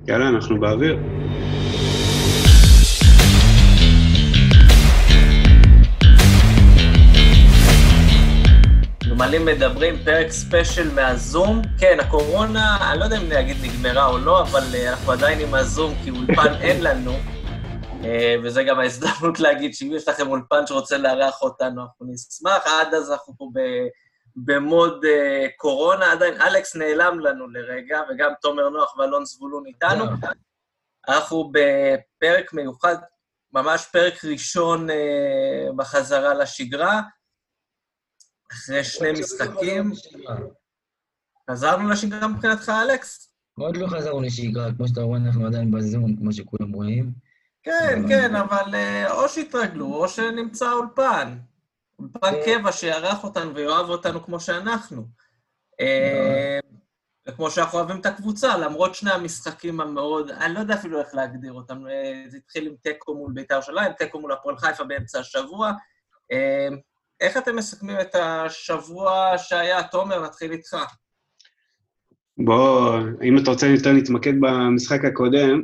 יאללה, אנחנו באוויר. גמלים מדברים, פרק ספיישל מהזום. כן, הקורונה, אני לא יודע אם להגיד נגמרה או לא, אבל אנחנו עדיין עם הזום, כי אולפן אין לנו, וזה גם ההזדמנות להגיד שאם יש לכם אולפן שרוצה לארח אותנו, אנחנו נשמח. עד אז אנחנו פה במוד קורונה, עדיין אלכס נעלם לנו לרגע, וגם תומר נוח ואלון זבולון איתנו. אנחנו בפרק מיוחד, ממש פרק ראשון בחזרה לשגרה, אחרי שני משחקים. חזרנו לשגרה מבחינתך, אלכס? עוד לא חזרנו לשגרה, כמו שאתה רואה, אנחנו עדיין בזום, כמו שכולם רואים. כן, אבל או שהתרגלו, או שנמצא אולפן. אולפן קבע שיערך אותנו ויואב אותנו כמו שאנחנו. וכמו שאנחנו אוהבים את הקבוצה, למרות שני המשחקים המאוד, אני לא יודע אפילו איך להגדיר אותם, זה התחיל עם תיקו מול בית"ר ירושלים, תיקו מול הפועל חיפה באמצע השבוע. איך אתם מסכמים את השבוע שהיה? תומר, נתחיל איתך. בוא, אם אתה רוצה יותר נתמקד במשחק הקודם,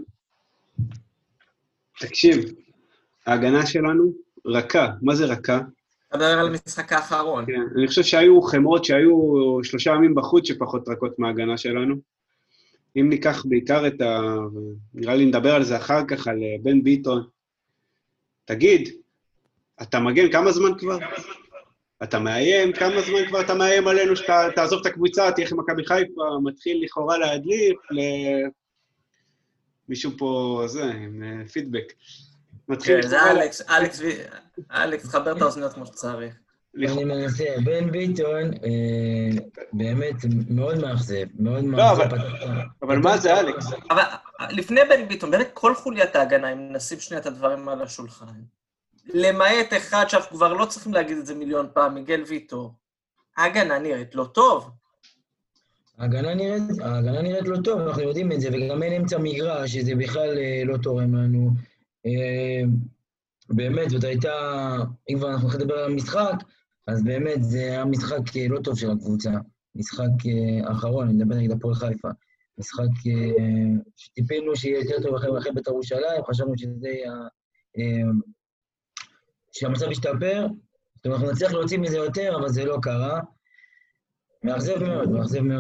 תקשיב, ההגנה שלנו רכה. מה זה רכה? אתה מדבר על המשחק האחרון. כן, אני חושב שהיו חמרות שהיו 3 ימים בחוץ שפחות רכות מההגנה שלנו. אם ניקח בעיקר את נראה לי נדבר על זה אחר כך, על בן ביטון. תגיד, אתה מגן כמה זמן כבר? אתה מאיים, כמה זמן כבר אתה מאיים עלינו שאתה תעזוב את הקבוצה, תהיה עם מכבי חיפה, מתחיל לכאורה להדליף מישהו פה, עם פידבק. מתחיל זה אלכס, חבר את האוזניות כמו שצריך. אני מנסה, בן ביטון באמת מאוד מאכזב, מאוד מאכזב. אבל מה זה, אלכס? אבל לפני בן ביטון, באמת כל חוליית ההגנה, אם נשים שנייה את הדברים על השולחן, למעט אחד שאנחנו כבר לא צריכים להגיד את זה מיליון פעם, מיגל ויטור, ההגנה נראית לא טוב. ההגנה נראית לא טוב, אנחנו יודעים את זה, וגם אין אמצע מגרש, שזה בכלל לא תורם לנו. באמת, זאת הייתה, אם כבר אנחנו נדבר על המשחק, אז באמת זה היה משחק לא טוב של הקבוצה. משחק האחרון, אני מדבר נגד הפועל חיפה. משחק שטיפינו שיהיה יותר טוב אחרי בית"ר ירושלים, חשבנו שזה שהמצב ישתפר, זאת אומרת, אנחנו נצליח להוציא מזה יותר, אבל זה לא קרה. מאכזב מאוד.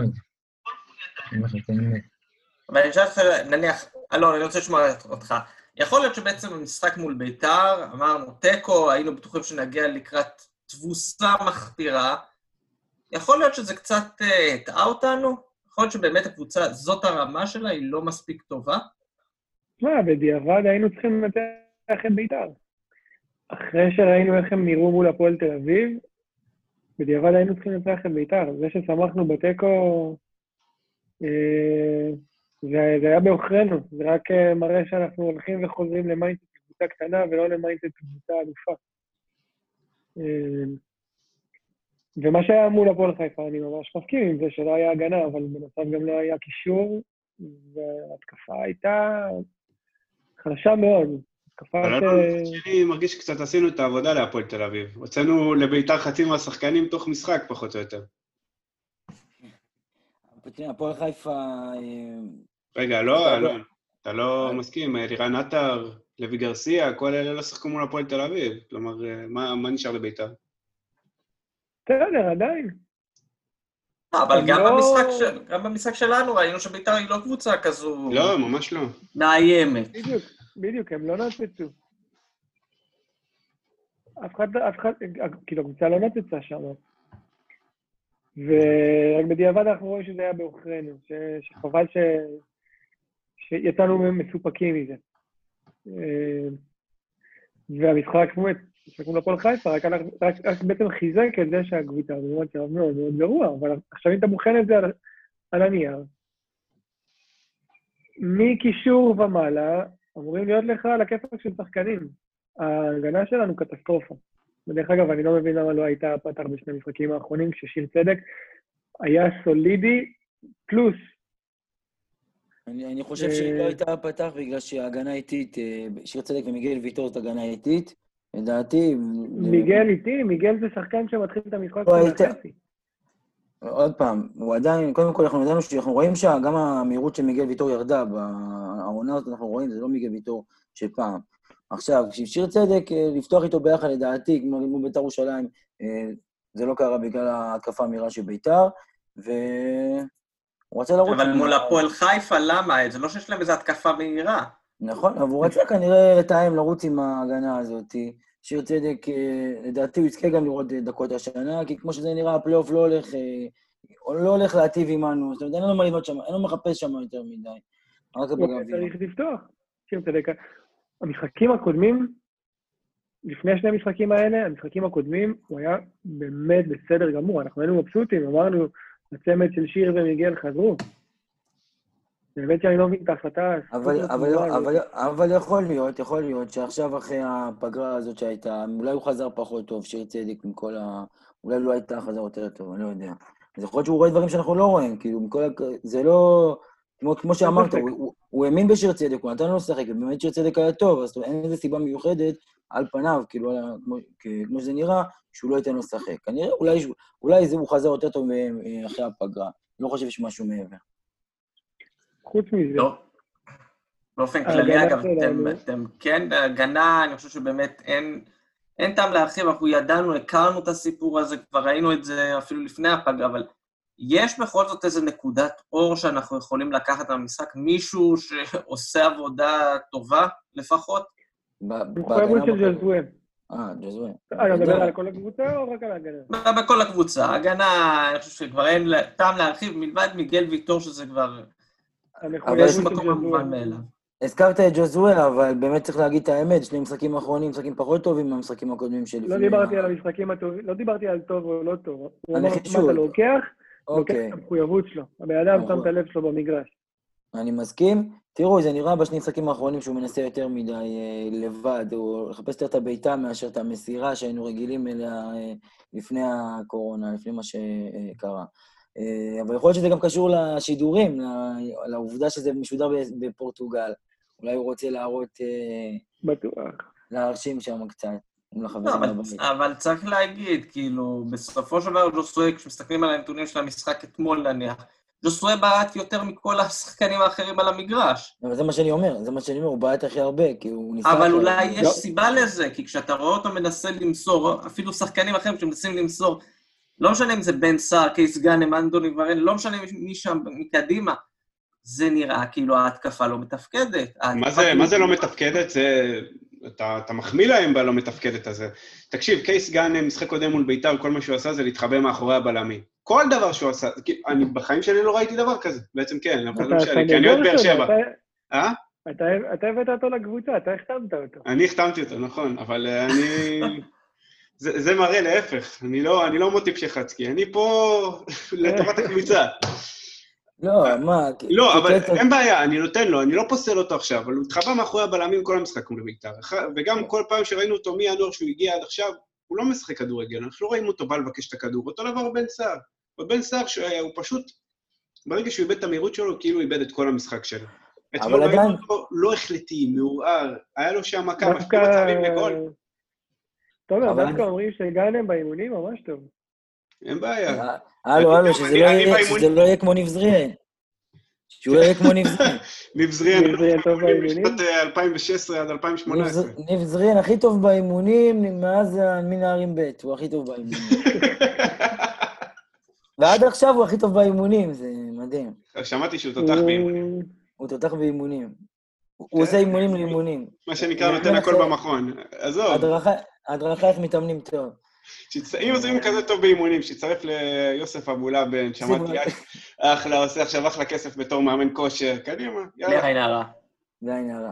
אבל אני חושב, נניח, אלון, אני רוצה לשמוע אותך. יכול להיות שבעצם במשחק מול בית"ר, אמרנו, תיקו, היינו בטוחים שנגיע לקראת תבוסה מחפירה. יכול להיות שזה קצת הטעה אותנו? יכול להיות שבאמת הקבוצה, זאת הרמה שלה, היא לא מספיק טובה? בדיעבד היינו צריכים לנצח את בית"ר. אחרי שראינו איך הם נראו מול הפועל תל אביב, בדיעבד היינו צריכים לנצח את בית"ר. זה ששמחנו בתיקו, זה היה באוכרנו. זה רק מראה שאנחנו הולכים וחוזרים למיינדסט קבוצה קטנה, ולא למיינדסט קבוצה אלופה. ומה שהיה מול הפועל חיפה, אני ממש מסכים עם זה שלא היה הגנה, אבל בנוסף גם לא היה קישור, וההתקפה הייתה חלשה מאוד. אני מרגיש שקצת עשינו את העבודה להפועל תל אביב. הוצאנו לבית"ר חצי מהשחקנים תוך משחק, פחות או יותר. הפועל חיפה... רגע, לא, אלון. אתה לא מסכים, לירן עטר, לוי גרסיה, כל אלה לא שחקו מול הפועל תל אביב. כלומר, מה נשאר לבית"ר? בסדר, עדיין. אבל גם במשחק שלנו ראינו שבית"ר היא לא קבוצה כזו... לא, ממש לא. מאיימת. בדיוק, הם לא נצצו. אף אחד, כאילו, הקבוצה לא נצצה שם. ורק בדיעבד אנחנו רואים שזה היה באוכרנו, שחבל שיצאנו מסופקים מזה. והמשחק באמת, שקוראים לפועל חיפה, רק בעצם חיזק את זה שהקבוצה, זה מאוד מאוד מאוד גרוע, אבל עכשיו אם אתה בוחן את זה על הנייר, מקישור ומעלה, אמורים להיות לך על הכיפק של שחקנים. ההגנה שלנו קטסטרופה. בדרך אגב, אני לא מבין למה לא הייתה פתח בשני המשחקים האחרונים, כששיר צדק היה סולידי פלוס. אני חושב שהיא לא הייתה פתח בגלל שההגנה איטית, שיר צדק ומיגל ויטור זאת הגנה איטית, לדעתי... מיגל איטי? מיגל זה שחקן שמתחיל את המשחק של החצי. עוד פעם, הוא עדיין, קודם כל אנחנו ידענו שאנחנו רואים שגם המהירות של מיגל ויטור ירדה, בעונה הזאת אנחנו רואים, זה לא מיגל ויטור של פעם. עכשיו, כששיר צדק, לפתוח איתו ביחד לדעתי, כמו מול בית"ר ירושלים, זה לא קרה בגלל ההתקפה המהירה של בית"ר, והוא רצה לרוץ... אבל מול הפועל חיפה, למה? זה לא שיש להם איזו התקפה מהירה. נכון, אבל הוא רצה כנראה לתאם לרוץ עם ההגנה הזאת. שיר צדק, לדעתי הוא יזכה גם לראות דקות השנה, כי כמו שזה נראה, הפלייאוף לא הולך להטיב עמנו, זאת אומרת, אין לנו מה לבנות שם, אין לנו מחפש שם יותר מדי. רק בגביע. צריך לפתוח. שיר צדק, המשחקים הקודמים, לפני שני המשחקים האלה, המשחקים הקודמים, הוא היה באמת בסדר גמור, אנחנו היינו מבסוטים, אמרנו, הצמד של שיר ומיגל חזרו. באמת שאני לא מבין את ההחלטה. אבל יכול להיות שעכשיו אחרי הפגרה הזאת שהייתה, אולי הוא חזר פחות טוב, שיר צדק מכל אולי לא הייתה חזר יותר טוב, אני לא יודע. אז יכול להיות שהוא רואה דברים שאנחנו לא רואים, כאילו, זה לא... כמו שאמרת, הוא האמין בשיר צדק, הוא נתן לו לשחק, ובאמת שיר צדק היה טוב, אז אין איזו סיבה מיוחדת על פניו, כאילו, כמו שזה נראה, שהוא לא ייתן לו לשחק. כנראה, אולי הוא חזר יותר טוב אחרי הפגרה. לא חושב שמשהו מעבר. חוץ מזה. לא. באופן כללי, אגב, אתם כן, הגנה, אני חושב שבאמת אין טעם להרחיב, אנחנו ידענו, הכרנו את הסיפור הזה, כבר ראינו את זה אפילו לפני הפגרה, אבל יש בכל זאת איזו נקודת אור שאנחנו יכולים לקחת מהמשחק, מישהו שעושה עבודה טובה לפחות? מחויבות של ג'זווה. ג'זווה. אתה מדבר על כל הקבוצה או רק על ההגנה? בכל הקבוצה. ההגנה, אני חושב שכבר אין טעם להרחיב, מלבד מיגל ויטור שזה כבר... יש מקום המובן מאליו. הזכרת את ג'זווה, אבל באמת צריך להגיד את האמת, שני משחקים האחרונים, משחקים פחות טובים מהמשחקים הקודמים שלי. לא דיברתי על המשחקים הטובים, לא דיברתי על טוב או לא טוב. הוא אמר, מה אתה לוקח? לוקח את המחויבות שלו. הבן אדם שם את הלב שלו במגרש. אני מסכים. תראו, זה נראה בשני משחקים האחרונים שהוא מנסה יותר מדי לבד, הוא לחפש יותר את הביתה מאשר את המסירה שהיינו רגילים אליה לפני הקורונה, לפני מה שקרה. אבל יכול להיות שזה גם קשור לשידורים, לעובדה שזה משודר בפורטוגל. אולי הוא רוצה להראות... בטוח. להרשים שם קצת. אבל צריך להגיד, כאילו, בסופו של דבר ג'וסוי, כשמסתכלים על הנתונים של המשחק אתמול נניח, ג'וסוי בעט יותר מכל השחקנים האחרים על המגרש. אבל זה מה שאני אומר, הוא בעט הכי הרבה, כי הוא ניסה... אבל אולי יש סיבה לזה, כי כשאתה רואה אותו מנסה למסור, אפילו שחקנים אחרים שמנסים למסור, לא משנה אם זה בן סער, קייס גאנם, אנדוני ורן, לא משנה מי שם מקדימה, זה נראה כאילו ההתקפה לא מתפקדת. מה זה לא מתפקדת? אתה מחמיא להם בלא מתפקדת הזה. תקשיב, קייס גאנם, משחק קודם מול בית"ר, כל מה שהוא עשה זה להתחבא מאחורי הבלמים. כל דבר שהוא עשה, אני בחיים שלי לא ראיתי דבר כזה, בעצם כן, אבל לא משנה, כי אני עוד באר שבע. אתה הבאת אותו לקבוצה, אתה החתמת אותו. אני החתמתי אותו, נכון, אבל זה מראה להפך, אני לא מוטיפ שחצקי, אני פה לטובת הקבוצה. לא, מה... לא, אבל אין בעיה, אני נותן לו, אני לא פוסל אותו עכשיו, אבל הוא התחבא מאחורי הבלמים כל המשחק מול בית"ר, וגם כל פעם שראינו אותו מינואר שהוא הגיע עד עכשיו, הוא לא משחק כדורגל, אנחנו לא רואים אותו בא לבקש את הכדור, אותו דבר הוא בן סער. בן סער שהוא פשוט, ברגע שהוא איבד את המהירות שלו, כאילו הוא איבד את כל המשחק שלו. אתמול ראינו אותו לא החלטי, מעורער, היה לו שם כמה שתי מצבים לגול. טוב, דווקא אומרים שגאנם באימונים ממש טוב. אין בעיה. הלו, שזה לא יהיה כמו נבזריאן. שהוא לא יהיה כמו נבזריאן. נבזריאן טוב באימונים. משפט 2016 עד 2018. נבזריאן הכי טוב באימונים, מאז מנערים ב', הוא הכי טוב באימונים. ועד עכשיו הוא הכי טוב באימונים, זה מדהים. שמעתי שהוא תותח באימונים. הוא תותח באימונים. הוא עושה אימונים לאימונים. מה שנקרא נותן הכל במכון. עזוב. הדרכה איך מתאמנים טוב. אם עושים כזה טוב באימונים, שיצרף ליוסף אבולה בן, שמעתי אחלה, עושה עכשיו אחלה כסף בתור מאמן כושר, קדימה, יאללה. לעין הרע.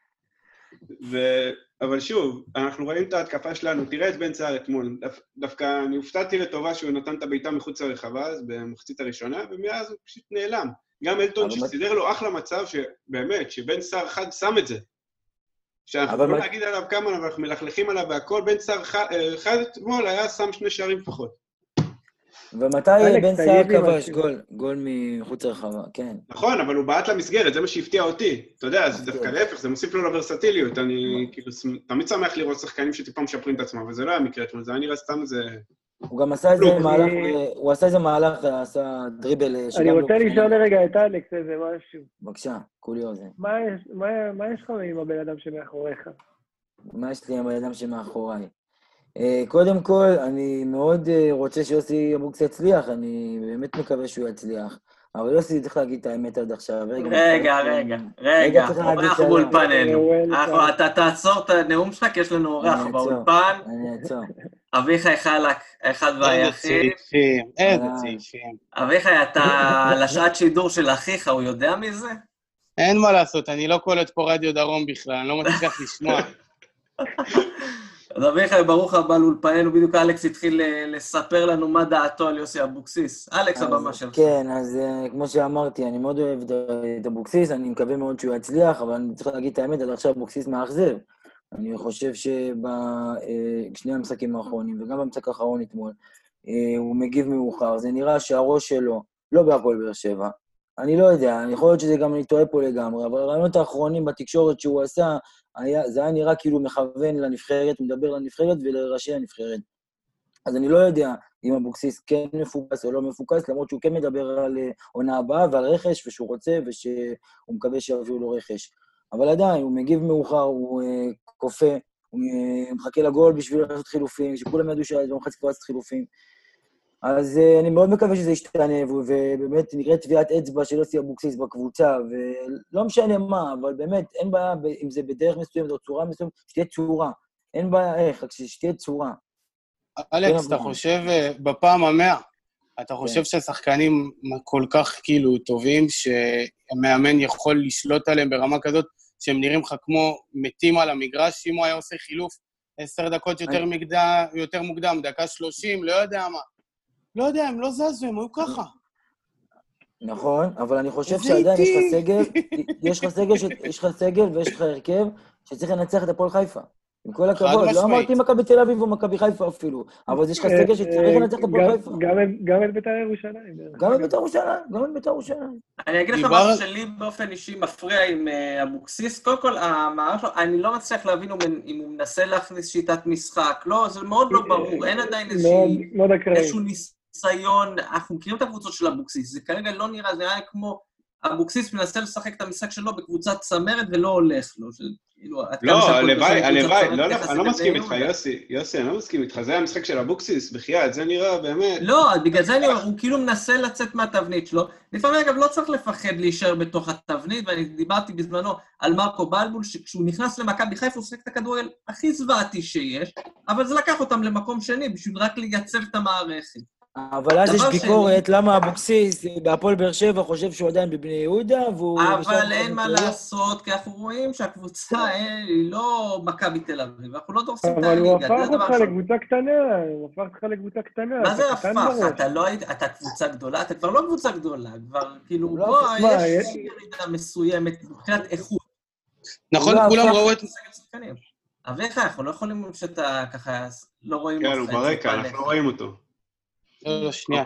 אבל שוב, אנחנו רואים את ההתקפה שלנו, תראה את בן סער אתמול, דווקא אני הופתעתי לטובה שהוא נתן את הביתה מחוץ לרחבה, אז במחצית הראשונה, ומאז הוא פשוט נעלם. גם אלטון שסידר לו אחלה מצב, שבאמת, שבן סער אחד שם את זה. שאנחנו לא נגיד עליו כמה, אבל אנחנו מלכלכים עליו והכל, בן סער אחד אתמול היה שם 2 שערים פחות. ומתי בן סער כבש גול מחוץ לרחבה, כן. נכון, אבל הוא בעט למסגרת, זה מה שהפתיע אותי. אתה יודע, זה דווקא להפך, זה מוסיף לו לוורסטיליות. אני כאילו תמיד שמח לראות שחקנים שטיפה משפרים את עצמם, אבל זה לא היה מקרה אתמול, זה היה נראה סתם איזה הוא גם עשה איזה מהלך, הוא עשה איזה מהלך, עשה דריבל. אני רוצה לשאול לרגע את אלכס איזה משהו. בבקשה, קוליוז. מה יש לך עם הבן אדם שמאחוריך? מה יש לי עם הבן אדם שמאחוריי? קודם כל, אני מאוד רוצה שיוסי אבוקסיס יצליח, אני באמת מקווה שהוא יצליח. אבל יוסי צריך להגיד את האמת עד עכשיו. רגע, אורח באולפנינו. אתה תעצור את הנאום שלך, כי יש לנו אורח באולפן. אני אעצור. אביחי חלק, האחד והיחיד. איזה צעיפים. אביחי, אתה לשעת שידור של אחיך, הוא יודע מזה? אין מה לעשות, אני לא קולט פה רדיו דרום בכלל, אני לא מצליח לשמוע. אז אביחי, ברוך הבא לאולפנינו, בדיוק אלכס התחיל לספר לנו מה דעתו על יוסי אבוקסיס. אלכס, הבמה שלך. כן, אז כמו שאמרתי, אני מאוד אוהב את אבוקסיס, אני מקווה מאוד שהוא יצליח, אבל אני צריך להגיד את האמת, עד עכשיו אבוקסיס מאכזב. אני חושב שבשני המשחקים האחרונים, וגם במשחק האחרון אתמול, הוא מגיב מאוחר. זה נראה שהראש שלו לא בהפועל באר שבע. אני לא יודע, אני יכול להיות שזה גם אני טועה פה לגמרי, אבל הרעיונות האחרונים בתקשורת שהוא עשה, זה היה נראה כאילו מכוון לנבחרת, מדבר לנבחרת ולראשי הנבחרת. אז אני לא יודע אם אבוקסיס כן מפוקס או לא מפוקס, למרות שהוא כן מדבר על עונה הבאה ועל רכש, ושהוא רוצה ושהוא מקווה שיביאו לו רכש. אבל עדיין, הוא מגיב מאוחר, הוא קופא, הוא מחכה לגול בשביל לעשות חילופים, שכולם ידעו שהוא מחצי כבר לעשות חילופים. אז אני מאוד מקווה שזה ישתנה, ובאמת נקראת טביעת אצבע של יוסי אבוקסיס בקבוצה, ולא משנה מה, אבל באמת אין בעיה אם זה בדרך מסוימת או צורה מסוימת, שתהיה צורה. אין בעיה איך, שתהיה צורה. אלכס, אתה חושב בפעם ה-100, אתה חושב שהשחקנים כל כך כאילו טובים, שהמאמן יכול לשלוט עליהם ברמה כזאת, שהם נראים לך כמו מתים על המגרש, אם הוא היה עושה חילוף 10 דקות יותר מוקדם, דקה 30, לא יודע מה. לא יודע, הם לא זזו, הם היו ככה. נכון, אבל אני חושב שעדיין יש לך סגל ויש לך הרכב שצריך לנצח את הפועל חיפה. עם כל הכבוד, לא אמרתי מכבי תל אביב או מכבי חיפה אפילו, אבל יש לך סגל שצריך לנצח את הפועל חיפה. גם את בית"ר ירושלים. גם את בית"ר ירושלים. אני אגיד לך משהו שלי באופן אישי מפריע עם אבוקסיס. קודם כל, המערך שלו, אני לא מצליח להבין אם הוא מנסה להכניס שיטת משחק. לא, זה מאוד לא ברור, אין עדיין איזשהו ניסיון. אנחנו מכירים את הקבוצות של אבוקסיס, זה כרגע לא נראה, זה נראה כמו אבוקסיס מנסה לשחק את המשחק שלו בקבוצת צמרת ולא הולך לו. לא, הלוואי, אני לא מסכים איתך, יוסי, אני לא מסכים איתך, זה המשחק של אבוקסיס, בחייאת, זה נראה באמת. לא, בגלל זה אני אומר, הוא כאילו מנסה לצאת מהתבנית שלו. לפעמים, אגב, לא צריך לפחד להישאר בתוך התבנית, ואני דיברתי בזמנו על מרקו בלבול, שכשהוא נכנס למכבי חיפה, הוא שיחק את הכדורגל הכי זוועתי שיש, אבל זה לקח אותם למקום שני, בשביל רק לייצב את המערכת. אבל אז יש ביקורת, למה אבוקסיס בהפועל באר שבע חושב שהוא עדיין בבני יהודה, אבל אין מה לעשות, כי אנחנו רואים שהקבוצה היא לא מכבי תל אביב, אנחנו לא דורסים את הליגה. אבל הוא הפך אותך לקבוצה קטנה, מה זה הפך? אתה קבוצה גדולה? אתה כבר לא קבוצה גדולה, כבר כאילו, יש ירידה מסוימת מבחינת איכות. נכון, כולם ראו את... אביך, אנחנו לא יכולים שאתה ככה לא רואים... כן, הוא ברקע, אנחנו לא רואים אותו. לא, שנייה.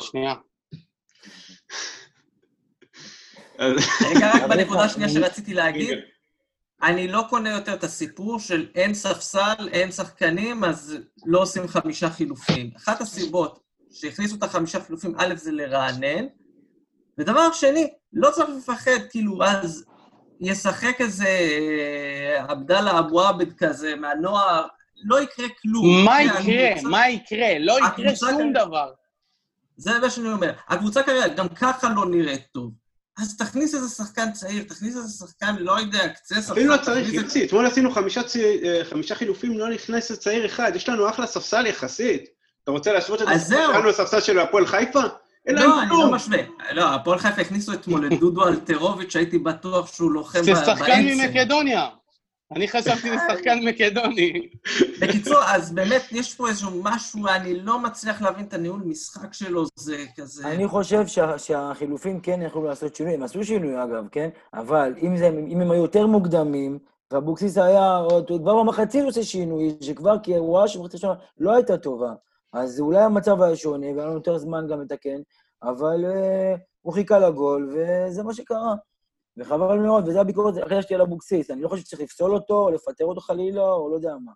רגע, רק בנקודה השנייה שרציתי להגיד, אני לא קונה יותר את הסיפור של אין ספסל, אין שחקנים, אז לא עושים 5 חילופים. אחת הסיבות שהכניסו את 5 חילופים, א' זה לרענן, ודבר שני, לא צריך לפחד, כאילו, אז ישחק איזה עבדאללה אבו עבד כזה מהנוער, לא יקרה כלום. מה יקרה? לא יקרה שום דבר. זה מה שאני אומר. הקבוצה כרגע גם ככה לא נראית טוב. אז תכניס איזה שחקן צעיר, תכניס איזה שחקן, לא יודע, קצה שחקן. אפילו לא צריך, יחסית. אתמול עשינו 5 חילופים, לא נכנס לצעיר אחד. יש לנו אחלה ספסל יחסית. אתה רוצה להשוות את זה? שלנו לספסל של הפועל חיפה? לא, אני לא משווה. לא, הפועל חיפה הכניסו אתמול את דודו אלטרוביץ', שהייתי בטוח שהוא לוחם באמצע. זה שחקן ממקדוניה. אני חשבתי לשחקן מקדוני. בקיצור, אז באמת יש פה איזשהו משהו, אני לא מצליח להבין את הניהול משחק שלו, זה כזה... אני חושב שהחילופים כן יכולו לעשות שינוי, הם עשו שינוי אגב, כן? אבל אם הם היו יותר מוקדמים, ואבוקסיס היה, כבר במחצית עושה שינוי, שכבר כי הוא ראה שמחצית שונה לא הייתה טובה, אז אולי המצב היה שונה, והיה לנו יותר זמן גם לתקן, אבל הוא חיכה לגול, וזה מה שקרה. וחבל מאוד, וזו הביקורת הכי שלי על אבוקסיס. אני לא חושב שצריך לפסול אותו, או לפטר אותו חלילה, או לא יודע מה.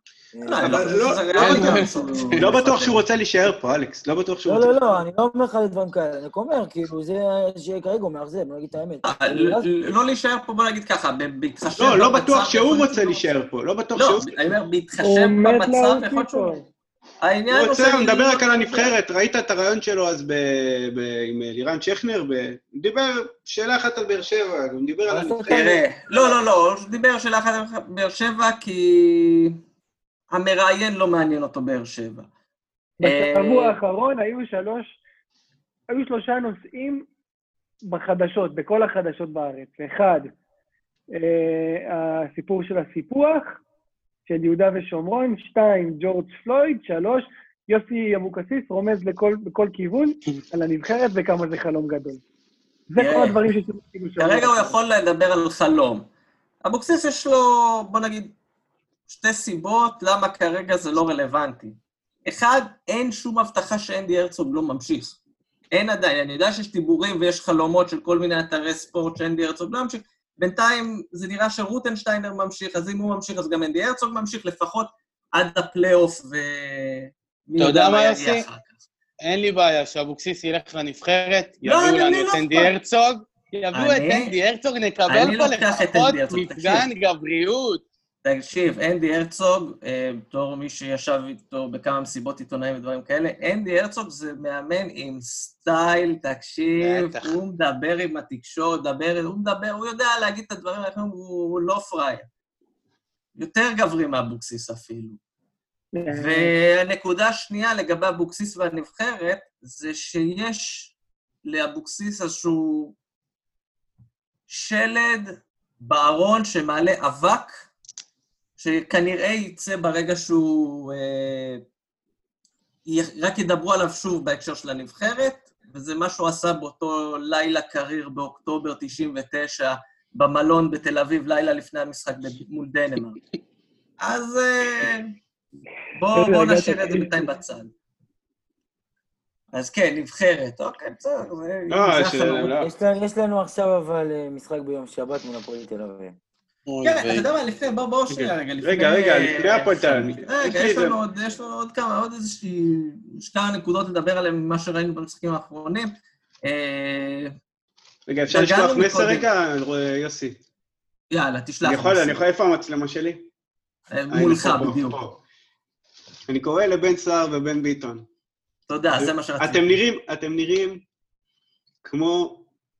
לא בטוח שהוא רוצה להישאר פה, אלכס. לא בטוח שהוא רוצה... לא, אני לא אומר לך לדברים כאלה. אני אומר, כאילו, זה שכרגע הוא מאכזב, בוא נגיד את האמת. לא להישאר פה, בוא נגיד ככה, בהתחשב... לא בטוח שהוא רוצה להישאר פה. לא בטוח שהוא... לא, אני אומר, בהתחשב במצב, יכול להיות שהוא... הוא רוצה, הוא מדבר רק על הנבחרת, ראית את הרעיון שלו אז עם לירן צ'כנר, הוא דיבר שאלה אחת על באר שבע, הוא דיבר על הנבחרת. לא, הוא דיבר שאלה אחת על באר שבע, כי המראיין לא מעניין אותו באר שבע. בשבוע האחרון היו 3 נושאים בחדשות, בכל החדשות בארץ. 1, הסיפור של הסיפוח, של יהודה ושומרון, 2, ג'ורג' פלויד, 3, יוסי אבוקסיס רומז בכל כיוון על הנבחרת וכמה זה חלום גדול. זה כל הדברים שתמשיגו שם. כרגע הוא יכול לדבר על חלום. אבוקסיס יש לו, בוא נגיד, 2 סיבות למה כרגע זה לא רלוונטי. 1, אין שום הבטחה שאנדי הרצוג לא ממשיך. אין עדיין, אני יודע שיש דיבורים ויש חלומות של כל מיני אתרי ספורט שאנדי הרצוג לא ממשיך, בינתיים זה נראה שרוטנשטיינר ממשיך, אז אם הוא ממשיך, אז גם אנדי הרצוג ממשיך, לפחות עד הפלייאוף, אתה יודע מה יוסי? אין לי בעיה שאבוקסיס ילך לנבחרת, יביאו לנו את אנדי הרצוג, יביאו את אנדי הרצוג, נקבל פה לפחות מפגן גבריות. תקשיב, אנדי הרצוג, בתור מי שישב איתו בכמה מסיבות עיתונאים ודברים כאלה, אנדי הרצוג זה מאמן עם סטייל, תקשיב, הוא מדבר עם התקשורת, הוא יודע להגיד את הדברים האלה, הוא לא פראייר. יותר גברי מאבוקסיס אפילו. והנקודה השנייה לגבי אבוקסיס והנבחרת, זה שיש לאבוקסיס איזשהו שלד בארון שמעלה אבק, שכנראה יצא ברגע שהוא רק ידברו עליו שוב בהקשר של הנבחרת, וזה מה שהוא עשה באותו לילה קריר באוקטובר 99, במלון בתל אביב, לילה לפני המשחק מול דנמרק. אז בואו נשאיר את זה בינתיים בצד. אז כן, נבחרת, אוקיי, בסדר. יש לנו עכשיו אבל משחק ביום שבת מול הפועל תל אביב. כן, אתה יודע מה, לפני, בואו שנייה רגע. רגע, לפני הפועל תל אביב. רגע, יש לנו עוד כמה, עוד כמה נקודות לדבר עליהן ממה שראינו במשחקים האחרונים. רגע, אפשר לשלוח מסר רגע, יוסי? יאללה, תשלח מסר. אני יכול, איפה המצלמה שלי? מולך, בדיוק. אני קורא לבן סער ובן ביטון. תודה, זה מה שרציתי. אתם נראים כמו...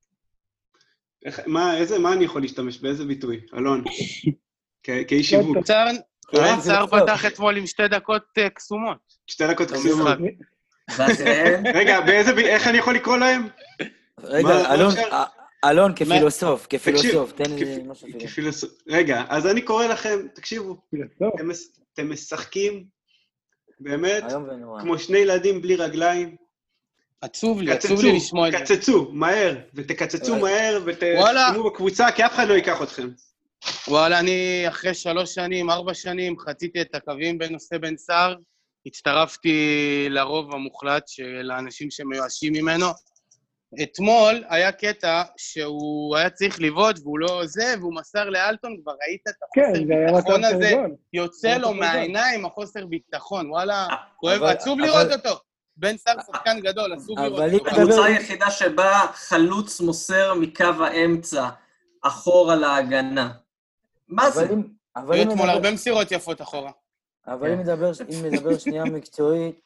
מה אני יכול להשתמש? באיזה ביטוי? אלון. כאיש שיווק. סער פתח אתמול עם 2 דקות קסומות. 2 דקות קסומות. רגע, איך אני יכול לקרוא להם? רגע, אלון כפילוסוף, תן לי משהו כפילוסוף. רגע, אז אני קורא לכם, תקשיבו, אתם משחקים באמת כמו 2 ילדים בלי רגליים. עצוב לי לשמוע את זה. קצצו, מהר, ותקצצו מהר, ותשימו בקבוצה, כי אף אחד לא ייקח אתכם. וואלה, אני אחרי 3 שנים, 4 שנים, חציתי את הקווים בנושא בן סער, הצטרפתי לרוב המוחלט של האנשים שמיואשים ממנו. אתמול היה קטע שהוא היה צריך לבעוט, והוא לא זה, והוא מסר לאלטון, כבר ראית את החוסר ביטחון הזה, יוצא לו מהעיניים החוסר ביטחון, וואלה, עצוב לראות אותו. בן סער שחקן גדול, עצוב לראות. הקבוצה היחידה שבה חלוץ מוסר מקו האמצע, אחורה להגנה. מה זה? היו אתמול הרבה מסירות יפות אחורה. אבל אם נדבר שנייה מקצועית,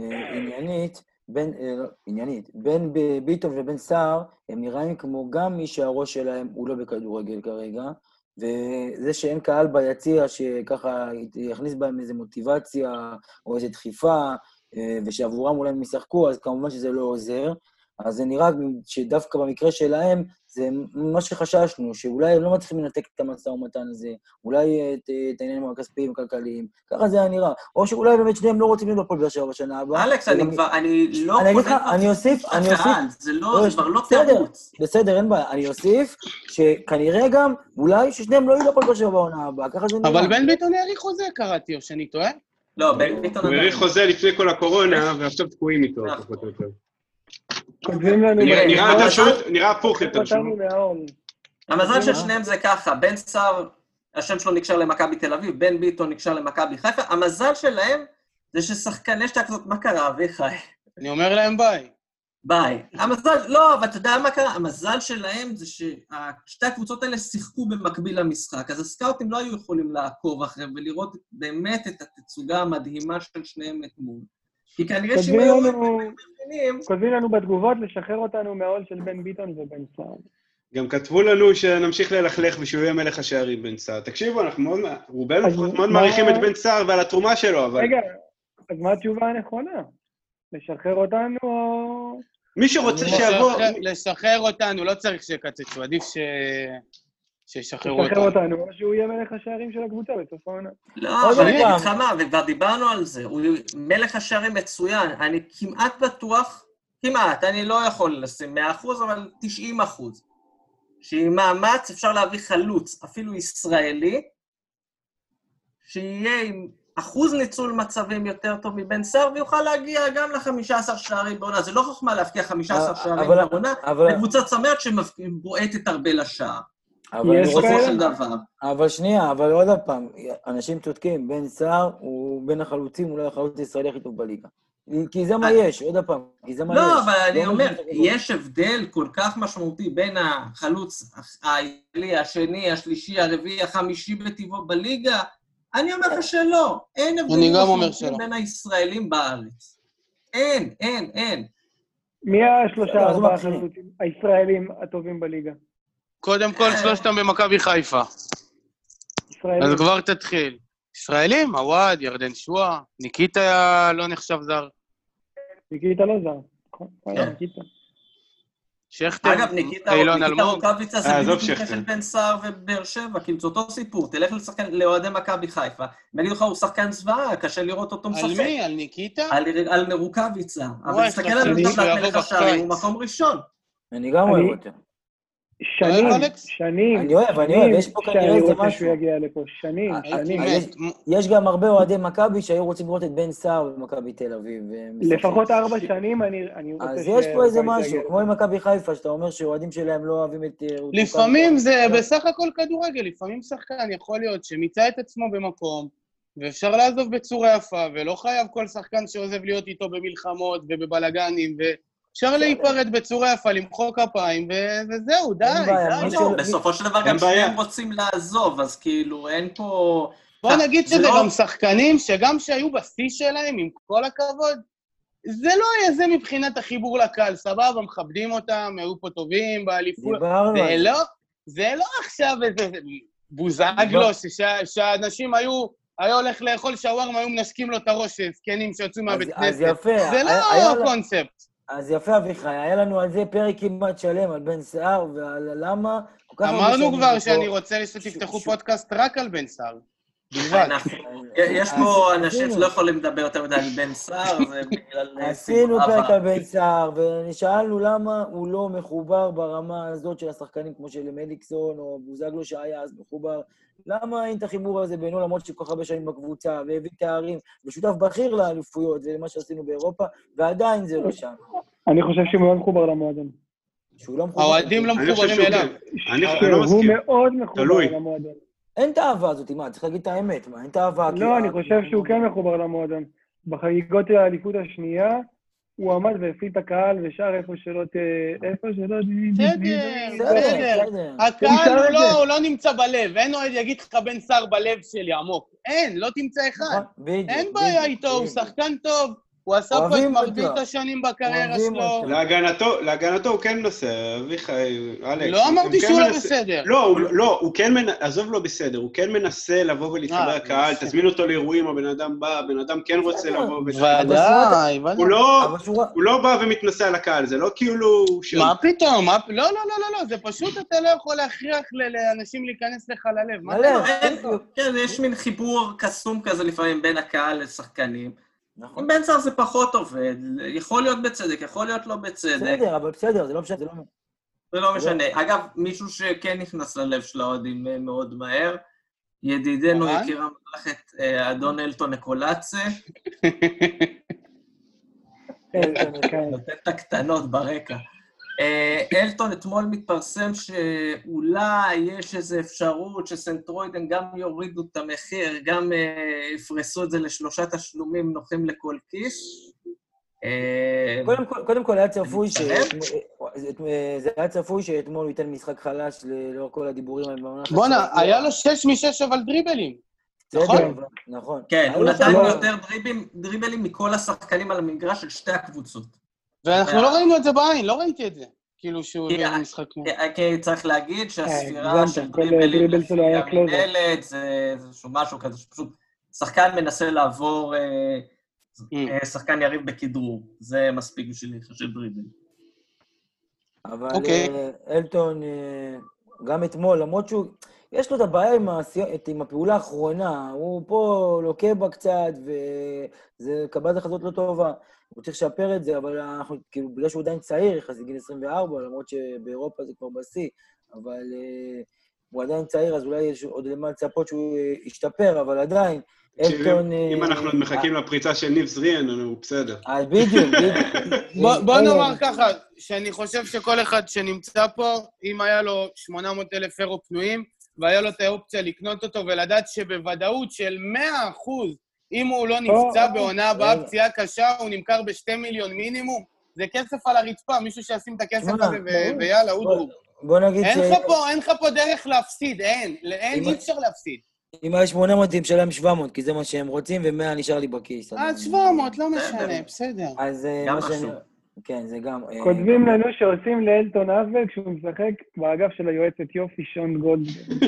עניינית, בין ביטון ובין סער, הם נראים כמו גם מי שהראש שלהם הוא לא בכדורגל כרגע, וזה שאין קהל ביציע שככה יכניס בהם איזו מוטיבציה או איזו דחיפה, ושעבורם אולי הם ישחקו, אז כמובן שזה לא עוזר. אז זה נראה שדווקא במקרה שלהם, זה מה שחששנו, שאולי הם לא מצליחים לנתק את המשא ומתן הזה, אולי את העניינים הכספיים, הכלכליים, ככה זה היה נראה. או שאולי באמת שניהם לא רוצים להיות בפועל באר שבע בשנה הבאה. אלכס, אני לא... אני אוסיף, זה כבר לא תירוץ. בסדר, אין בעיה. אני אוסיף שכנראה גם, אולי ששניהם לא יהיו בפועל באר שבע בעונה הבאה, ככה זה נראה. אבל בן ביטון העריך חוזה, קראתי, או שאני טועה? לא, בן ביטון... הוא העריך חוזה לפני כל הקורונה, ועכשיו תקועים איתו. כותבים לנו... נראה הפוך יותר. המזל של שניהם זה ככה, בן סער, השם שלו נקשר למכבי תל אביב, בן ביטון נקשר למכבי חיפה, המזל שלהם זה ששחקני שתי הקבוצות, מה קרה, אביחי? אני אומר להם ביי. ביי. המזל, לא, אבל אתה יודע מה קרה? המזל שלהם זה ששתי הקבוצות האלה שיחקו במקביל למשחק, אז הסקאוטים לא היו יכולים לעקוב אחריהם ולראות באמת את התצוגה המדהימה של שניהם אתמול. כי כנראה שאם היו מבינים... כותבים לנו בתגובות לשחרר אותנו מהעול של בן ביטון ובן סער. גם כתבו לנו שנמשיך ללכלך ושהוא יהיה מלך השערים בן סער. תקשיבו, אנחנו מאוד, רובנו לפחות מאוד מעריכים את בן סער ועל התרומה שלו, אבל... רגע, אז מה התשובה הנכונה? לשחרר אותנו או... מי שרוצה שיבוא... לשחרר אותנו, לא צריך שיקצצו, עדיף שישחררו אותנו. לשחרר אותנו, או שהוא יהיה מלך השערים של הקבוצה בסוף העונה. לא, אבל אני אגיד לך מה, וכבר דיברנו על זה, הוא מלך השערים מצוין, אני כמעט בטוח, כמעט, אני לא יכול לשים 100%, אבל 90%. שעם מאמץ אפשר להביא חלוץ, אפילו ישראלי, שיהיה עם אחוז ניצול מצבים יותר טוב מבן סער, ויוכל להגיע גם ל-15 שערים בעונה. זה לא חוכמה להפקיע 15 שערים בעונה, לקבוצת צמרת שבועטת הרבה לשער. אבל שנייה, אבל עוד פעם, אנשים צודקים, בן סער הוא בין החלוצים, אולי החלוץ הישראלי הכי טוב בליגה. כי זה מה יש, עוד פעם, כי זה מה יש. לא, אבל אני אומר, יש הבדל כל כך משמעותי בין החלוץ הישראלי, השני, השלישי, הרביעי, החמישי בטבעו בליגה, אני אומר לך שלא, אין הבדלים משמעותיים בין הישראלים בארץ. אין. מי השלושה ארבעה החלוצים הישראלים הטובים בליגה? קודם כל, שלושתם במכבי חיפה. ישראלים. אז כבר תתחיל. ישראלים, עווד, ירדן שועה, ניקיטה לא נחשב זר. ניקיטה לא זר. ניקיטה. שכטר, אילון אלמוג. רוקאביצה זה בדיוק מקרה של בן סער ובאר שבע, כאילו זה אותו סיפור, תלך לאוהדי מכבי חיפה, נגיד לך הוא שחקן זוועה, קשה לראות אותו משחק. על מי? על ניקיטה? על רוקאביצה, אבל תסתכל על מלך השערים, הוא מקום ראשון. אני גם אוהב אותו. שנים. אני אוהב, יש פה כנראה איזה משהו. שהוא יגיע לפה, שנים. יש גם הרבה אוהדי מכבי שהיו רוצים לראות את בן סער במכבי תל אביב. לפחות 4 שנים אני רוצה... אז יש פה איזה משהו, כמו עם מכבי חיפה, שאתה אומר שאוהדים שלהם לא אוהבים את... לפעמים זה בסך הכל כדורגל, לפעמים שחקן יכול להיות שמיצה את עצמו במקום, ואפשר לעזוב בצורה יפה, ולא חייב כל שחקן שעוזב להיות איתו במלחמות ובבלגנים אפשר להיפרד בצורה יפה, למחוא כפיים, וזהו, די. בסופו של דבר גם שניהם רוצים לעזוב, אז כאילו אין פה... בוא נגיד שזה גם שחקנים שגם שהיו בשיא שלהם, עם כל הכבוד, זה לא היה זה מבחינת החיבור לקהל, סבבה, מכבדים אותם, היו פה טובים, באליפות, זה לא עכשיו איזה בוזגלו, שהאנשים היו הולך לאכול שווארמה, היו מנשקים לו את הראש, זקנים שיוצאו מהבית כנסת. אז יפה. זה לא קונספט. אז יפה, אביחי, היה לנו על זה פרק כמעט שלם, על בן סער, ועל למה... אמרנו כבר שאני רוצה שתפתחו פודקאסט רק על בן סער. בלבד. יש פה אנשים שלא יכולים לדבר יותר מדי על בן סער, זה בגלל... עשינו פרק על בן סער, ושאלנו למה הוא לא מחובר ברמה הזאת של השחקנים, כמו של מליקסון, או בוזגלו שהיה אז מחובר. למה אין את החיבור הזה בינו, למרות שכל כך הרבה שנים בקבוצה, והביא תארים, ושותף בכיר לאליפויות, זה מה שעשינו באירופה, ועדיין זה לא שם. אני חושב שהוא מאוד מחובר למועדון. שהוא לא מחובר... האוהדים לא מחוברים אליו. הוא מאוד מחובר למועדון. אין את האהבה הזאת, מה? צריך להגיד את האמת, מה? אין את האהבה... לא, אני חושב שהוא כן מחובר למועדון. בחגיגות האליפות השנייה, הוא עמד והפעיל את הקהל ושר איפה שלא... בסדר. הקהל הוא לא נמצא בלב, אין אוהד יגיד לך בן סער בלב שלי עמוק. אין, לא תמצא אחד. אין בעיה איתו, הוא שחקן טוב. הוא עשה פה את מרבית השנים בקריירה שלו. להגנתו הוא כן מנסה, אביחי, אלכס. לא אמרתי שהוא לא בסדר. לא, הוא כן מנסה, עזוב לא בסדר, הוא כן מנסה לבוא ולהתחבר לקהל, תזמין אותו לאירועים, הבן אדם בא, הבן אדם כן רוצה לבוא ודאי, הוא לא בא ומתנסה על הקהל, זה לא כאילו... מה פתאום? לא, זה פשוט אתה לא יכול להכריח לאנשים להיכנס לך ללב. כן, יש מין חיבור קסום כזה לפעמים בין הקהל לשחקנים. עם בן סער זה פחות עובד, יכול להיות בצדק, יכול להיות לא בצדק. בסדר, אבל בסדר, זה לא משנה, זה לא משנה. אגב, מישהו שכן נכנס ללב של האוהדים מאוד מהר, ידידנו יקיר המלאכת, אדון אלטון ניקולצה. נותן את הקטנות ברקע. אלטון, אתמול מתפרסם שאולי יש איזו אפשרות שסנטרוידן גם יורידו את המחיר, גם יפרסו את זה ל3 תשלומים נוחים לכל כיס. קודם כל היה צפוי שאתמול הוא ייתן משחק חלש לאור כל הדיבורים. בונה, היה לו 6 מ-6 אבל דריבלים. נכון. כן, הוא נתן יותר דריבלים מכל השחקנים על המגרש של שתי הקבוצות. ואנחנו לא ראינו את זה בעין, לא ראיתי את זה. כאילו שהוא משחק... כי צריך להגיד שהספירה של דריבלים לפי המנהלת, זה משהו כזה, שפשוט שחקן מנסה לעבור שחקן יריב בכדרור. זה מספיק בשביל להיחשב דריבל. אבל אלטון, גם אתמול, למרות שהוא... יש לו את הבעיה עם הפעולה האחרונה, הוא פה לוקה בה קצת, וקבלת החזות לא טובה. הוא צריך לשפר את זה, אבל אנחנו, כאילו, בגלל שהוא עדיין צעיר, יחסית גיל 24, למרות שבאירופה זה כבר בשיא, אבל הוא עדיין צעיר, אז אולי יש עוד למה לצפות שהוא ישתפר, אבל עדיין, אלטון... אם אנחנו מחכים לפריצה של ניב זריאן, הוא בסדר. בדיוק. בוא נאמר ככה, שאני חושב שכל אחד שנמצא פה, אם היה לו 800,000 אירו פנויים, והיה לו את האופציה לקנות אותו, ולדעת שבוודאות של 100%, אם הוא לא נפצע בעונה הבאה פציעה קשה, הוא נמכר ב2 מיליון מינימום, זה כסף על הרצפה, מישהו שישים את הכסף הזה ויאללה, אודרו. בוא נגיד אין לך פה דרך להפסיד, אי אפשר להפסיד. אם היה 800, הם שלהם 700, כי זה מה שהם רוצים, ו100 נשאר לי בכיס. 700, לא משנה, בסדר. אז גם חשוב. כן, זה גם... כותבים לנו שעושים לאלטון עוול כשהוא משחק באגף של היועצת יופי שון גולדברג.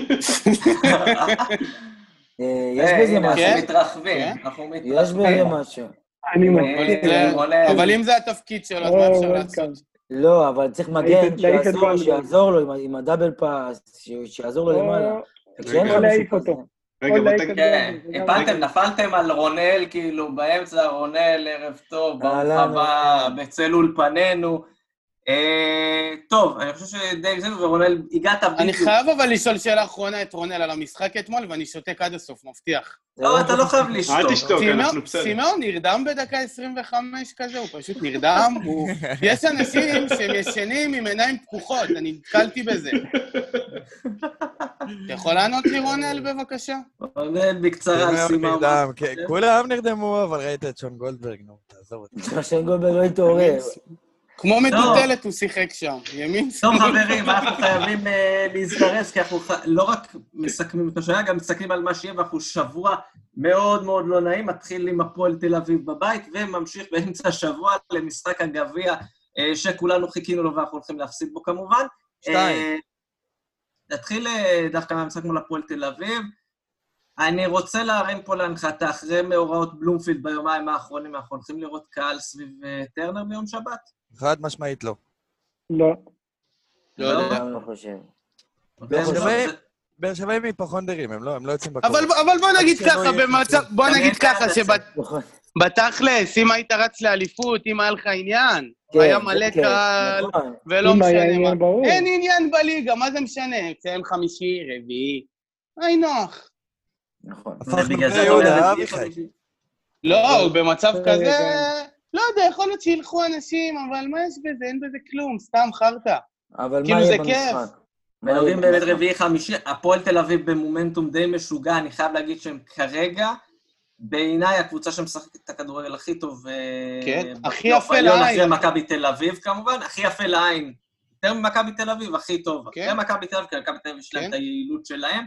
יש בזה משהו. אנחנו מתרחבים. יש בזה משהו. אני מסכים. אבל אם זה התפקיד שלו, אז מה אפשר לעשות? לא, אבל צריך מגן שיעזור לו עם הדאבל פאס, שיעזור לו למעלה. או להעיף אותו. רגע, הפלתם, נפלתם על רונל, כאילו, באמצע רונל, ערב טוב, ברוך הבא, בצל אולפנינו. טוב, אני חושב שדי זהו, ורונל, הגעת בדיוק. אני חייב אבל לשאול שאלה אחרונה את רונל על המשחק אתמול, ואני שותק עד הסוף, מבטיח. לא, אתה לא חייב לשתוק. אל תשתוק, אנחנו בסדר. סימאון נרדם בדקה 25 כזה, הוא פשוט נרדם. יש אנשים שהם ישנים עם עיניים פקוחות, אני נתקלתי בזה. אתה יכול לענות לי, רונל, בבקשה? רונל, בקצרה על סימאון. כולם נרדמו, אבל ראית את שון גולדברג, נו, תעזור אותי. שון גולדברג לא התעורר. כמו מטוטלת הוא שיחק שם, ימין. טוב, חברים, אנחנו חייבים להזדרז, כי אנחנו לא רק מסכמים את השעה, גם מסתכלים על מה שיהיה, ואנחנו שבוע מאוד מאוד לא נעים, מתחיל עם הפועל תל אביב בבית, וממשיך באמצע השבוע למשחק הגביע, שכולנו חיכינו לו ואנחנו הולכים להפסיד בו כמובן. 2. נתחיל דווקא מהמשחק מול הפועל תל אביב. אני רוצה להרים פה להנחתה, אחרי מאורעות בלומפילד ביומיים האחרונים, אנחנו הולכים לראות קהל סביב טרנר ביום שבת? חד משמעית לא. לא. לא חושב. באר שבעים מפחונדרים, הם לא יוצאים בקור. אבל בוא נגיד ככה, שבתכלס, אם היית רץ לאליפות, אם היה לך עניין, היה מלא קהל, ולא משנה מה. אין עניין בליגה, מה זה משנה? כשהם חמישי, רביעי, היי נוח. נכון. הפכנו בני יהודה, אביחי. לא, במצב כזה, לא יודע, יכול להיות שילכו אנשים, אבל מה יש בזה? אין בזה כלום, סתם חרטה. אבל מה יהיה במשחק? מדברים באמת רביעי חמישי, הפועל תל אביב במומנטום די משוגע, אני חייב להגיד שהם כרגע, בעיניי הקבוצה שמשחקת את הכדורגל הכי טוב, כן, הכי יפה לעין. אחרי מכבי תל אביב כמובן, הכי יפה לעין, יותר ממכבי תל אביב, הכי טוב. אחרי מכבי תל אביב, כי מכבי תל אביב יש להם את היעילות שלהם.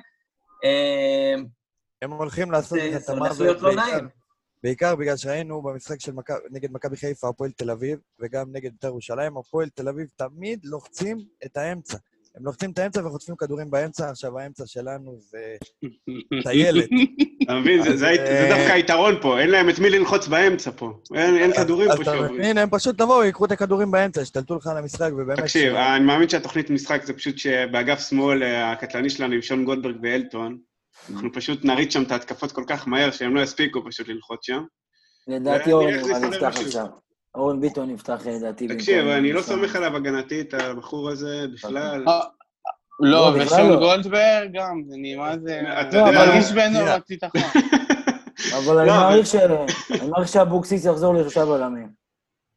הם הולכים לעשות את זה הולך להיות לא נעים. בעיקר בגלל שהיינו במשחק של נגד מכבי חיפה, הפועל תל אביב, וגם נגד בית"ר ירושלים, הפועל תל אביב תמיד לוחצים את האמצע. הם לוחצים את האמצע וחוטפים כדורים באמצע, עכשיו האמצע שלנו זה טיילת. אתה מבין, זה דווקא היתרון פה, אין להם את מי ללחוץ באמצע פה, אין כדורים פה שעוברים. הנה, הם פשוט תבואו, יקחו את הכדורים באמצע, השתלטו לך על המשחק, ובאמת... תקשיב, אני מאמין שהתוכנית משחק זה פשוט שבאגף שמאל הקטלני שלנו עם שון גולדברג ואלטון, אנחנו פשוט נריץ שם את ההתקפות כל כך מהר, שהם לא יספיקו פשוט ללחוץ שם. לדעתי אורן נפתח עכשיו. אורן ביטון נפתח לדעתי. תקשיב, אני לא סומך עליו הגנתית, הבחור הזה בכלל. לא, ושון גולדברג גם, זה מה זה... מרגיש בנו רק תתחון. אבל אני מעריך שאבוקסיס יחזור לשלושה בלמים.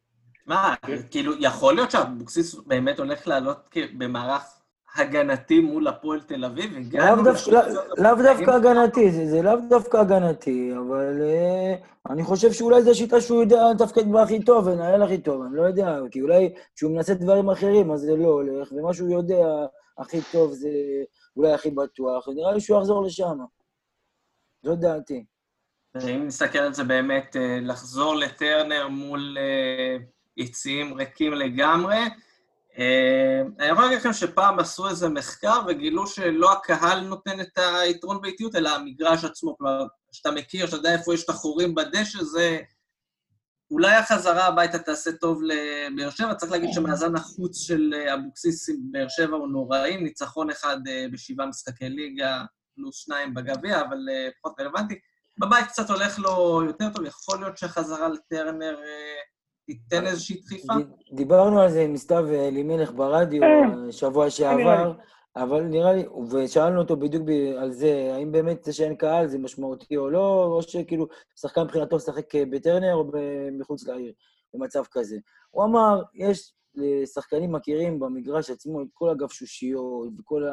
מה, כאילו, יכול להיות שאבוקסיס באמת הולך לעלות במערך הגנתי מול הפועל תל אביב, לאו דווקא הגנתי, זה לאו דווקא הגנתי, אבל אני חושב שאולי זו השיטה שהוא יודע לתפקד בה הכי טוב, ונהל הכי טוב, אני לא יודע, כי אולי כשהוא מנסה דברים אחרים, אז זה לא הולך, ומה שהוא יודע הכי טוב זה אולי הכי בטוח, ונראה לי שהוא יחזור לשם. זו דעתי. אם נסתכל על זה באמת, לחזור לטרנר מול יציאים ריקים לגמרי, אני יכול להגיד לכם שפעם עשו איזה מחקר וגילו שלא הקהל נותן את היתרון באיטיות, אלא המגרש עצמו, כלומר, שאתה מכיר, שאתה יודע איפה יש את החורים בדשא, זה אולי החזרה הביתה תעשה טוב לבאר שבע, צריך להגיד שמאזן החוץ של אבוקסיס באר שבע הוא נוראי, ניצחון אחד ב7 משחקי ליגה, פלוס 2 בגביע, אבל פחות רלוונטי. בבית קצת הולך לו יותר טוב, יכול להיות שהחזרה לטרנר תיתן איזושהי דחיפה? דיברנו על זה עם סתיו אלימלך ברדיו שבוע שעבר, אבל נראה לי, ושאלנו אותו בדיוק על זה, האם באמת זה שאין קהל זה משמעותי או לא, או שכאילו שחקן מבחינתו לשחק בטרנר או מחוץ לעיר, במצב כזה. הוא אמר, יש שחקנים מכירים במגרש עצמו את כל הגבשושיות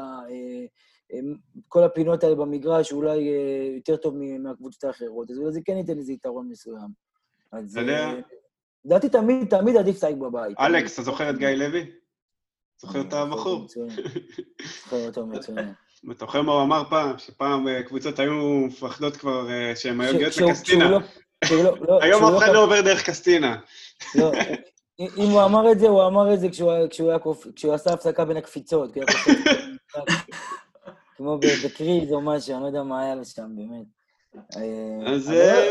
וכל הפינות האלה במגרש, אולי יותר טוב מהקבוצות האחרות, אז זה כן ייתן איזה יתרון מסוים. אז דעתי תמיד עדיף שחק בבית. אלכס, אתה זוכר את גיא לוי? זוכר את הבחור? זוכר אותו מצוין. אתה זוכר מה הוא אמר פעם? שפעם קבוצות היו מפחדות כבר שהן היו גאות לקסטינה. היום אף אחד לא עובר דרך קסטינה. לא, אם הוא אמר את זה כשהוא עשה הפסקה בין הקפיצות, כמו בקריז או משהו, אני לא יודע מה היה לשם, באמת. אז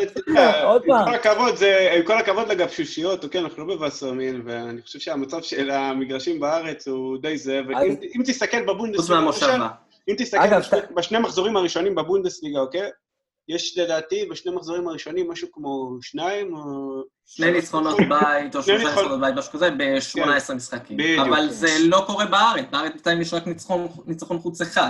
עם כל הכבוד לגבשושיות, אוקיי, אנחנו לא בבאסרמין, ואני חושב שהמצב של המגרשים בארץ הוא די זהב, אם תסתכל בבונדסליגה, אם תסתכל בשני מחזורים הראשונים בבונדסליגה, אוקיי, יש לדעתי בשני מחזורים הראשונים משהו כמו 2 או... 2 ניצחונות בית, או 3 ניצחונות בית, משהו כזה, ב-18 משחקים. אבל זה לא קורה בארץ, בארץ בינתיים יש רק ניצחון חוץ אחד.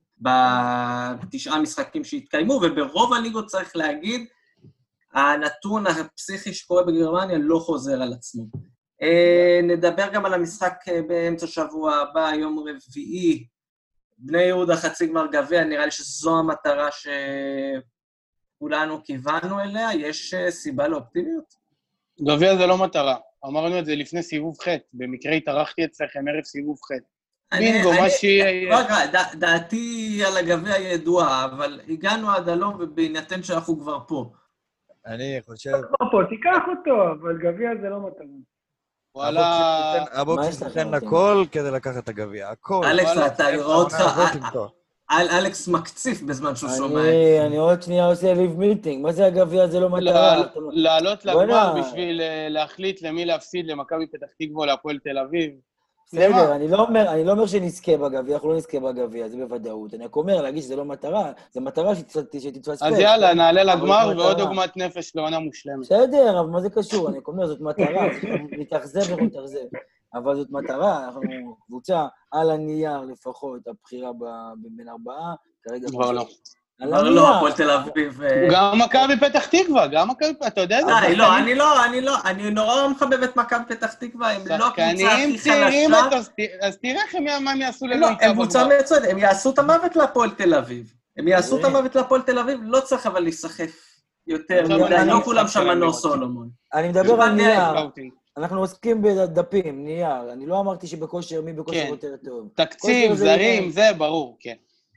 ב9 משחקים שהתקיימו, וברוב הליגות צריך להגיד, הנתון הפסיכי שקורה בגרמניה לא חוזר על עצמו. נדבר גם על המשחק באמצע שבוע הבא, יום רביעי, בני יהודה חצי גמר גביע, נראה לי שזו המטרה שכולנו כיוונו אליה, יש סיבה לאופטימיות? גביע זה לא מטרה, אמרנו את זה לפני סיבוב ח', במקרה התארחתי אצלכם ערב סיבוב ח'. בינגו, מה שיהיה... דעתי על הגביע ידועה, אבל הגענו עד הלום ובהינתן שאנחנו כבר פה. אני חושב... תיקח אותו, אבל גביע זה לא מטרה. וואלה... אבוקסיס נותן הכל כדי לקחת את הגביע, הכל. אלכס, אתה יראה אותך... אלכס מקציף בזמן שהוא שומע. אני עוד שנייה עושה ליב מיטינג, מה זה הגביע זה לא מטרה? לעלות לגמר בשביל להחליט למי להפסיד, למכבי פתח תקווה או להפועל תל אביב. בסדר, אני לא אומר שנזכה בגביע, אנחנו לא נזכה בגביע, זה בוודאות. אני רק אומר, להגיד שזה לא מטרה, זה מטרה שתתפספס. אז יאללה, נעלה לגמר ועוד עוגמת נפש לעונה מושלמת. בסדר, אבל מה זה קשור? אני אומר, זאת מטרה, נתאכזב ונתאכזב. אבל זאת מטרה, אנחנו קבוצה על הנייר לפחות, הבחירה בין 4, כרגע... כבר לא. לא, הפועל תל אביב... גם מכבי פתח תקווה, גם מכבי, אתה יודע? אני נורא מחבב את מכבי פתח תקווה, הם לא הקבוצה הכי חלשה. אז תראה מה הם יעשו לא, הם קבוצה מצוינת, הם יעשו את המוות להפועל תל אביב. לא צריך אבל להיסחף יותר, לא כולם שם מנור סולומון. אני מדבר על נייר, אנחנו עוסקים בדפים, נייר, אני לא אמרתי שבכושר, מי בכושר יותר טוב. תקציב, זרים, זה ברור, כן.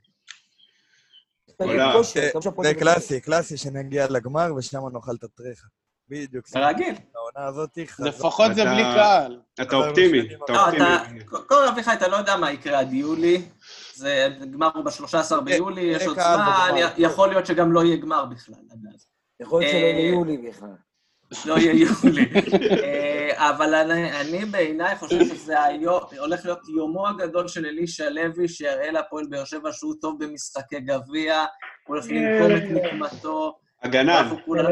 זה קלאסי שנגיע לגמר ושם נאכל את הטריחה. בדיוק. רגיל. העונה הזאת לפחות זה בלי קהל. אתה אופטימי. כל אביחי, אתה לא יודע מה יקרה עד יולי. זה גמר הוא ב-13 ביולי, יש עוד זמן, יכול להיות שגם לא יהיה גמר בכלל. יכול להיות שלא יהיה יולי בכלל. לא יהיה יולי. אבל אני בעיניי חושב שזה הולך להיות יומו הגדול של אלישע לוי, שיראה להפועל באר שבע שהוא טוב במשחקי גביע, הוא הולך לנקום את נקמתו. הגנן.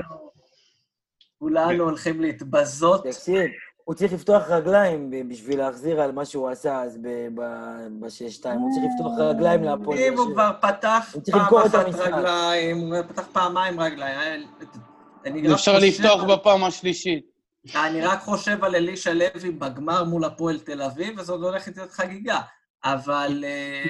כולנו הולכים להתבזות. תקשיב, הוא צריך לפתוח רגליים בשביל להחזיר על מה שהוא עשה אז ב-6-2. הוא צריך לפתוח רגליים להפועל באר שבע. הוא כבר פתח פעם אחת רגליים, הוא פתח פעמיים רגליים. אפשר לפתוח בפעם השלישית. אני רק חושב על אלישע לוי בגמר מול הפועל תל אביב, וזאת הולכת להיות חגיגה. אבל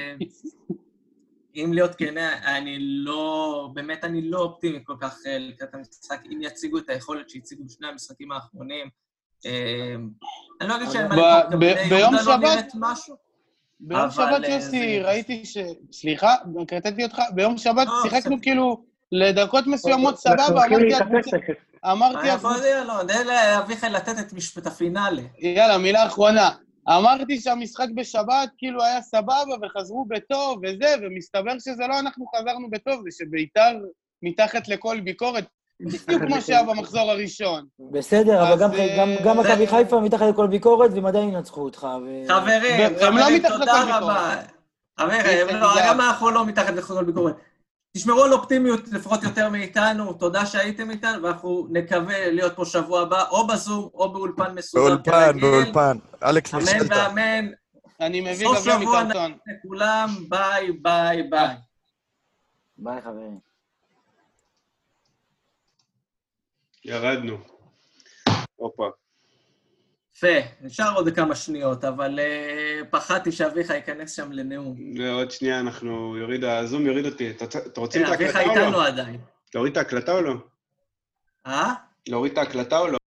אם להיות כנה, באמת אני לא אופטימי כל כך לקראת המשחק, אם יציגו את היכולת שהציגו בשני המשחקים האחרונים. אני לא אגיד שאין מה לקרוא, ביום יהודה לא נראית משהו. ביום שבת, יוסי, ראיתי סליחה, קטעתי אותך, ביום שבת שיחקנו כאילו לדקות מסוימות סבבה, אמרתי... לא, אביחי לתת את הפינאלה. יאללה, מילה אחרונה. אמרתי שהמשחק בשבת כאילו היה סבבה וחזרו בטוב וזה, ומסתבר שזה לא אנחנו חזרנו בטוב, זה שביתר מתחת לכל ביקורת, בדיוק כמו שהיה במחזור הראשון. בסדר, אבל גם מכבי חיפה מתחת לכל ביקורת, והם עדיין ינצחו אותך. חברים, תודה רבה. חברים, גם אנחנו לא מתחת לכל ביקורת. תשמרו על אופטימיות לפחות יותר מאיתנו, תודה שהייתם איתנו, ואנחנו נקווה להיות פה שבוע הבא, או בזום, או באולפן מסודר. באולפן. אלכס אמן נשאלת. ואמן. אני מביא גביע מקרטון. סוף שבוע לכולם, ביי, ביי, ביי. ביי, חברים. ירדנו. הופה. יפה, נשאר עוד כמה שניות, אבל פחדתי שאביך ייכנס שם לנאום. עוד שנייה אנחנו הזום יוריד אותי. אתה רוצה את ההקלטה או לא? אביך איתנו עדיין. להוריד את ההקלטה או לא? להוריד את ההקלטה או לא?